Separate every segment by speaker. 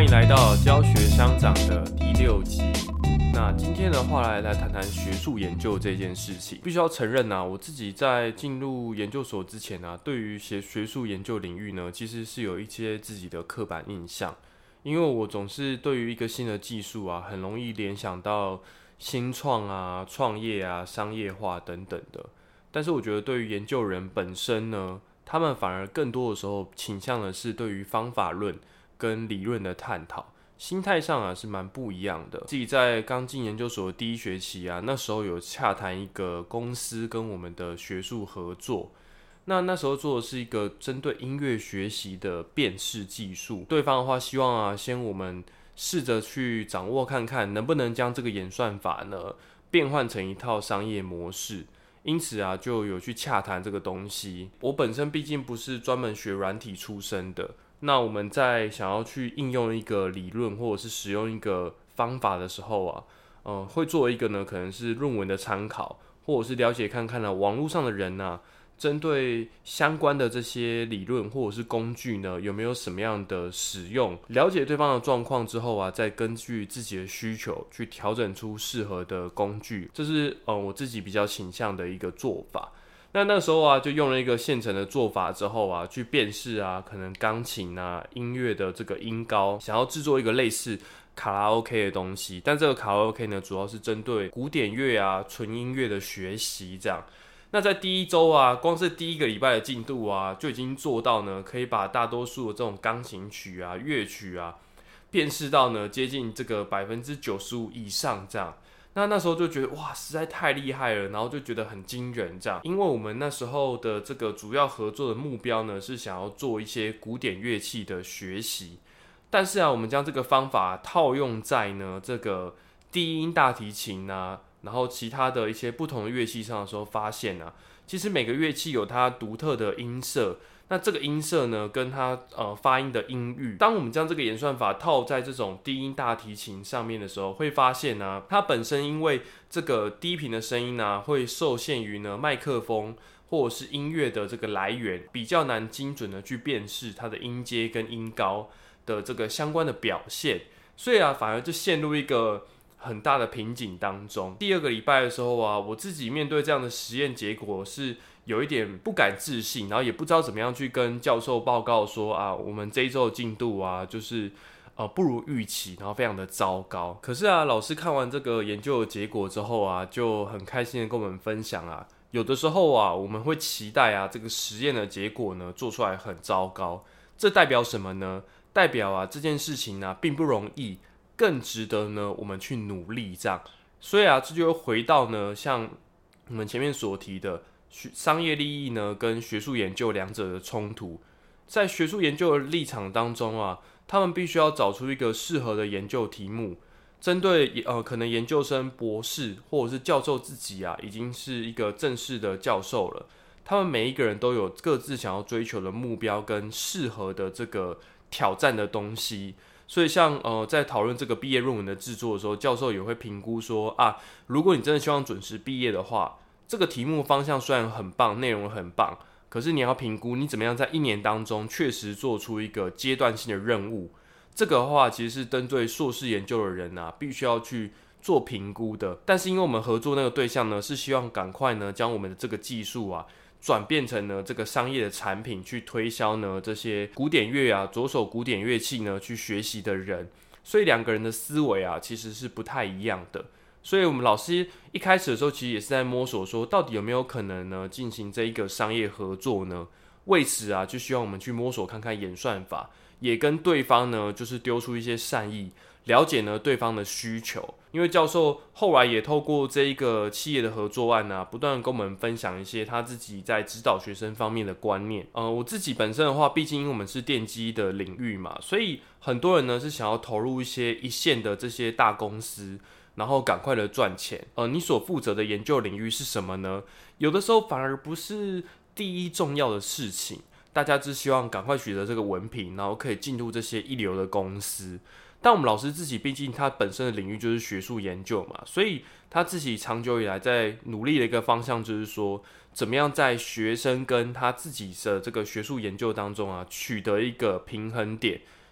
Speaker 1: 欢迎来到教学相长的第6集。那今天的话来谈谈学术研究这件事情。必须要承认我自己在进入研究所之前对于学术研究领域呢，其实是有一些自己的刻板印象。因为我总是对于一个新的技术很容易联想到新创创业商业化等等的。但是我觉得对于研究人本身呢，他们反而更多的时候倾向的是对于方法论跟理论的探讨，心态上是蛮不一样的。自己在刚进研究所的第1学期那时候有洽谈一个公司跟我们的学术合作。那时候做的是一个针对音乐学习的辨识技术，对方的话希望先我们试着去掌握看看能不能将这个演算法呢变换成一套商业模式。因此就有去洽谈这个东西。我本身毕竟不是专门学软体出身的，那我们在想要去应用一个理论或者是使用一个方法的时候会做一个呢可能是论文的参考，或者是了解看看网络上的人针对相关的这些理论或者是工具呢，有没有什么样的使用？了解对方的状况之后再根据自己的需求去调整出适合的工具。这是我自己比较倾向的一个做法。那时候就用了一个现成的做法之后去辨识可能钢琴音乐的这个音高，想要制作一个类似卡拉 OK 的东西。但这个卡拉 OK 呢，主要是针对古典乐纯音乐的学习这样。那在第1周光是第1个礼拜的进度就已经做到呢，可以把大多数的这种钢琴曲乐曲辨识到呢接近这个95%以上这样。那时候就觉得哇，实在太厉害了，然后就觉得很惊人这样。因为我们那时候的这个主要合作的目标呢，是想要做一些古典乐器的学习。但是我们将这个方法套用在呢这个低音大提琴然后其他的一些不同的乐器上的时候，发现其实每个乐器有它独特的音色。那这个音色呢，跟它发音的音域，当我们将这个演算法套在这种低音大提琴上面的时候，会发现它本身因为这个低频的声音会受限于呢麦克风或者是音乐的这个来源，比较难精准的去辨识它的音阶跟音高的这个相关的表现，所以反而就陷入一个很大的瓶颈当中。第2个礼拜的时候我自己面对这样的实验结果是有一点不敢置信，然后也不知道怎么样去跟教授报告说我们这一周的进度就是不如预期，然后非常的糟糕。可是老师看完这个研究的结果之后就很开心的跟我们分享有的时候我们会期待这个实验的结果呢做出来很糟糕，这代表什么呢？代表这件事情并不容易，更值得呢我们去努力这样。所以这就会回到呢像我们前面所提的商业利益呢跟学术研究两者的冲突。在学术研究的立场当中他们必须要找出一个适合的研究题目，针对可能研究生、博士或者是教授自己已经是一个正式的教授了，他们每一个人都有各自想要追求的目标跟适合的这个挑战的东西。所以像在讨论这个毕业论文的制作的时候，教授也会评估说如果你真的希望准时毕业的话，这个题目方向虽然很棒，内容很棒，可是你要评估你怎么样在1年当中确实做出一个阶段性的任务。这个的话其实是针对硕士研究的人必须要去做评估的。但是因为我们合作那个对象呢，是希望赶快呢将我们的这个技术转变成呢这个商业的产品，去推销呢这些古典乐左手古典乐器呢去学习的人，所以2个人的思维其实是不太一样的。所以我们老师一开始的时候其实也是在摸索说，到底有没有可能呢进行这一个商业合作呢？为此就希望我们去摸索看看演算法，也跟对方呢就是丢出一些善意，了解呢对方的需求。因为教授后来也透过这一个企业的合作案不断的跟我们分享一些他自己在指导学生方面的观念。我自己本身的话，毕竟因为我们是电机的领域嘛，所以很多人呢是想要投入一些一线的这些大公司，然后赶快的赚钱。你所负责的研究领域是什么呢？有的时候反而不是第一重要的事情，大家只希望赶快取得这个文凭，然后可以进入这些一流的公司。但我们老师自己毕竟他本身的领域就是学术研究嘛，所以他自己长久以来在努力的一个方向就是说，怎么样在学生跟他自己的这个学术研究当中取得一个平衡点，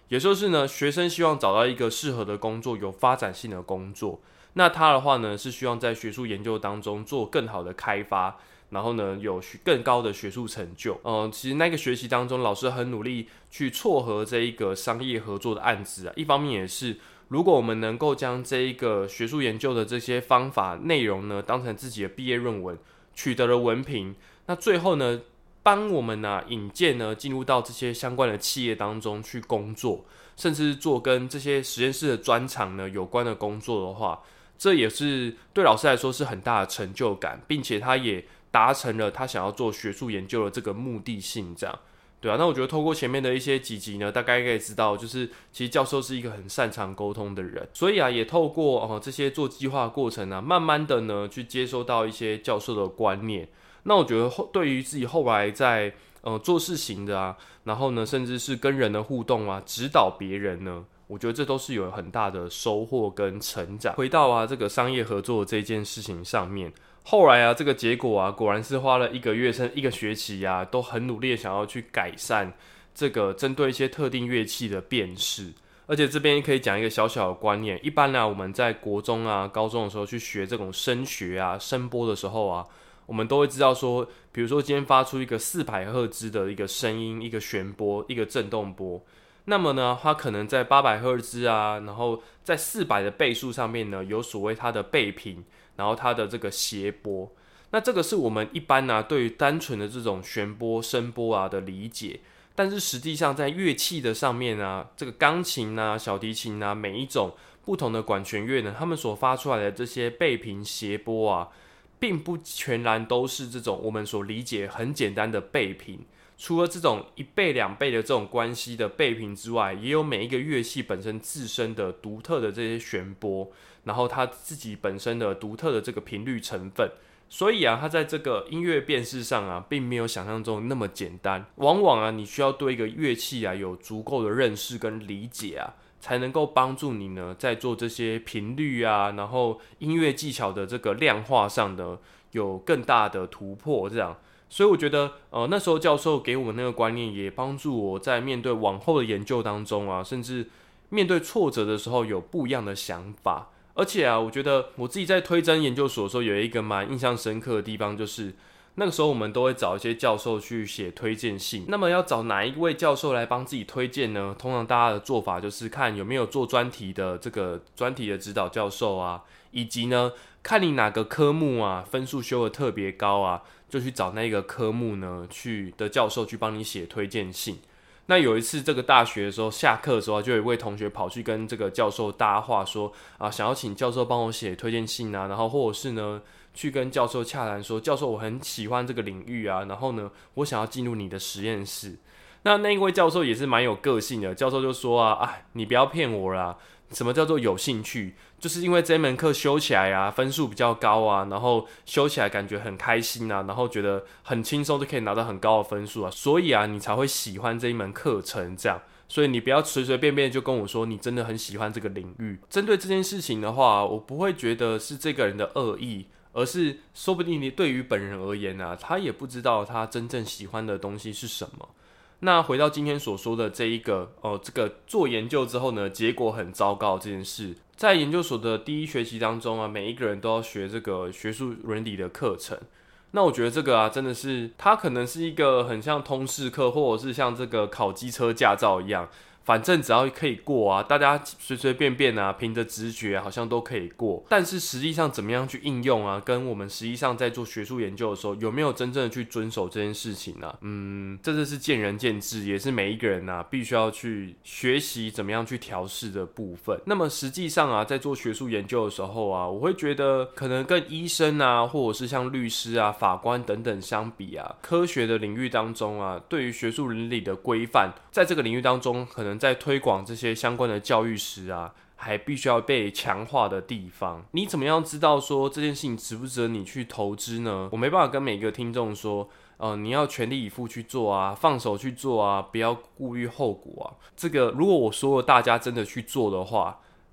Speaker 1: 也就是呢，学生希望找到一个适合的工作，有发展性的工作。那他的话呢，是希望在学术研究当中做更好的开发，然后呢，有更高的学术成就。其实那个学期当中，老师很努力去撮合这一个商业合作的案子啊。一方面也是，如果我们能够将这一个学术研究的这些方法内容呢，当成自己的毕业论文，取得了文凭，那最后呢，帮我们引荐呢进入到这些相关的企业当中去工作，甚至做跟这些实验室的专长呢有关的工作的话，这也是对老师来说是很大的成就感，并且他也达成了他想要做学术研究的这个目的性，这样。对啊，那我觉得透过前面的一些几集呢，大概可以知道，就是其实教授是一个很擅长沟通的人，所以也透过这些做计划的过程慢慢的呢去接收到一些教授的观念。那我觉得对于自己后来在做事情的然后呢，甚至是跟人的互动指导别人呢，我觉得这都是有很大的收获跟成长。回到这个商业合作这件事情上面，后来这个结果果然是花了1个月甚至1个学期都很努力的想要去改善这个针对一些特定乐器的辨识。而且这边可以讲一个小小的观念，一般我们在国中高中的时候去学这种声学声波的时候我们都会知道说，比如说今天发出一个400赫兹的一个声音，一个弦波，一个振动波，那么呢，它可能在800赫兹然后在400的倍数上面呢，有所谓它的倍频，然后它的这个谐波。那这个是我们一般对于单纯的这种弦波、声波的理解。但是实际上在乐器的上面这个钢琴小提琴每一种不同的管弦乐呢，他们所发出来的这些倍频、谐波并不全然都是这种我们所理解很简单的倍频，除了这种1倍、2倍的这种关系的倍频之外，也有每一个乐器本身自身的独特的这些弦波，然后它自己本身的独特的这个频率成分。所以它在这个音乐辨识上并没有想象中那么简单。往往你需要对一个乐器有足够的认识跟理解才能够帮助你呢，在做这些频率然后音乐技巧的这个量化上的有更大的突破这样。所以我觉得那时候教授给我们那个观念，也帮助我在面对往后的研究当中甚至面对挫折的时候有不一样的想法。而且我觉得我自己在推甄研究所的时候，有一个蛮印象深刻的地方，就是那个时候我们都会找一些教授去写推荐信。那么要找哪一位教授来帮自己推荐呢？通常大家的做法就是看有没有做专题的这个专题的指导教授以及呢看你哪个科目分数修得特别高就去找那个科目呢的教授去帮你写推荐信。那有一次这个大学的时候，下课的时候就有一位同学跑去跟这个教授搭话说想要请教授帮我写推荐信然后或者是呢去跟教授洽谈说，教授我很喜欢这个领域然后呢我想要进入你的实验室。那一位教授也是蛮有个性的，教授就说你不要骗我啦，什么叫做有兴趣？就是因为这门课修起来分数比较高然后修起来感觉很开心然后觉得很轻松就可以拿到很高的分数所以你才会喜欢这一门课程这样。所以你不要随随便便就跟我说你真的很喜欢这个领域。针对这件事情的话，我不会觉得是这个人的恶意，而是说不定你对于本人而言他也不知道他真正喜欢的东西是什么。那回到今天所说的这一个这个做研究之后呢，结果很糟糕这件事，在研究所的第1学期当中每一个人都要学这个学术伦理的课程。那我觉得这个真的是它可能是一个很像通识课，或者是像这个考机车驾照一样，反正只要可以过大家随随便便凭着直觉好像都可以过。但是实际上怎么样去应用跟我们实际上在做学术研究的时候，有没有真正的去遵守这件事情这是见仁见智，也是每一个人必须要去学习怎么样去调试的部分。那么实际上在做学术研究的时候我会觉得可能跟医生或者是像律师法官等等相比科学的领域当中对于学术伦理的规范，在这个领域当中可能在推广这些相关的教育时还必须要被强化的地方。你怎么样知道说这件事情值不值得你去投资呢？我没办法跟每个听众说你要全力以赴去做放手去做不要顾虑后果这个如果我说了大家真的去做的话，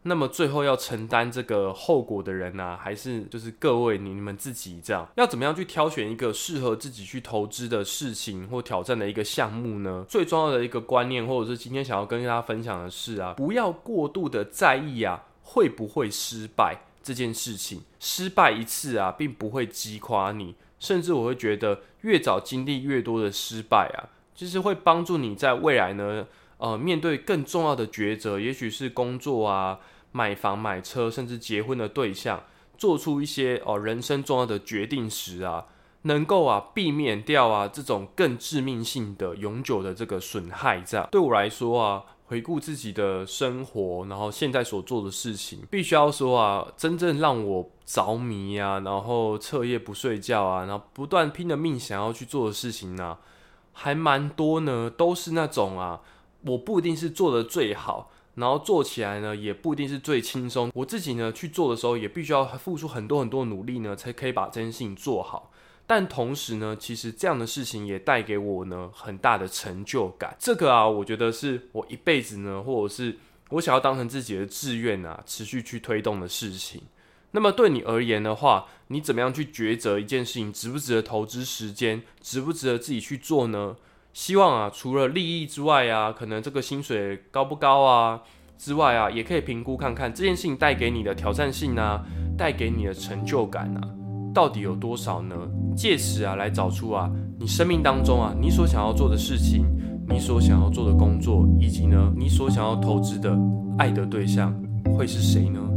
Speaker 1: 那么最后要承担这个后果的人啊，还是就是各位你们自己这样。要怎么样去挑选一个适合自己去投资的事情或挑战的一个项目呢？最重要的一个观念，或者是今天想要跟大家分享的是啊，不要过度的在意啊会不会失败这件事情。失败一次啊，并不会击垮你，甚至我会觉得越早经历越多的失败啊，就是会帮助你在未来呢，面对更重要的抉择，也许是工作啊、买房、买车，甚至结婚的对象，做出一些人生重要的决定时啊，能够啊避免掉啊这种更致命性的永久的这个损害。这样对我来说啊，回顾自己的生活，然后现在所做的事情，必须要说啊，真正让我着迷啊，然后彻夜不睡觉啊，然后不断拼了命想要去做的事情啊，还蛮多呢，都是那种啊，我不一定是做的最好，然后做起来呢也不一定是最轻松，我自己呢去做的时候也必须要付出很多很多努力呢，才可以把这件事情做好。但同时呢，其实这样的事情也带给我呢很大的成就感。这个啊，我觉得是我一辈子呢，或者是我想要当成自己的志愿啊，持续去推动的事情。那么对你而言的话，你怎么样去抉择一件事情值不值得投资时间，值不值得自己去做呢？希望啊，除了利益之外啊，可能这个薪水高不高啊之外啊，也可以评估看看这件事情带给你的挑战性啊，带给你的成就感啊，到底有多少呢？借此啊，来找出啊，你生命当中啊，你所想要做的事情，你所想要做的工作，以及呢，你所想要投资的爱的对象会是谁呢？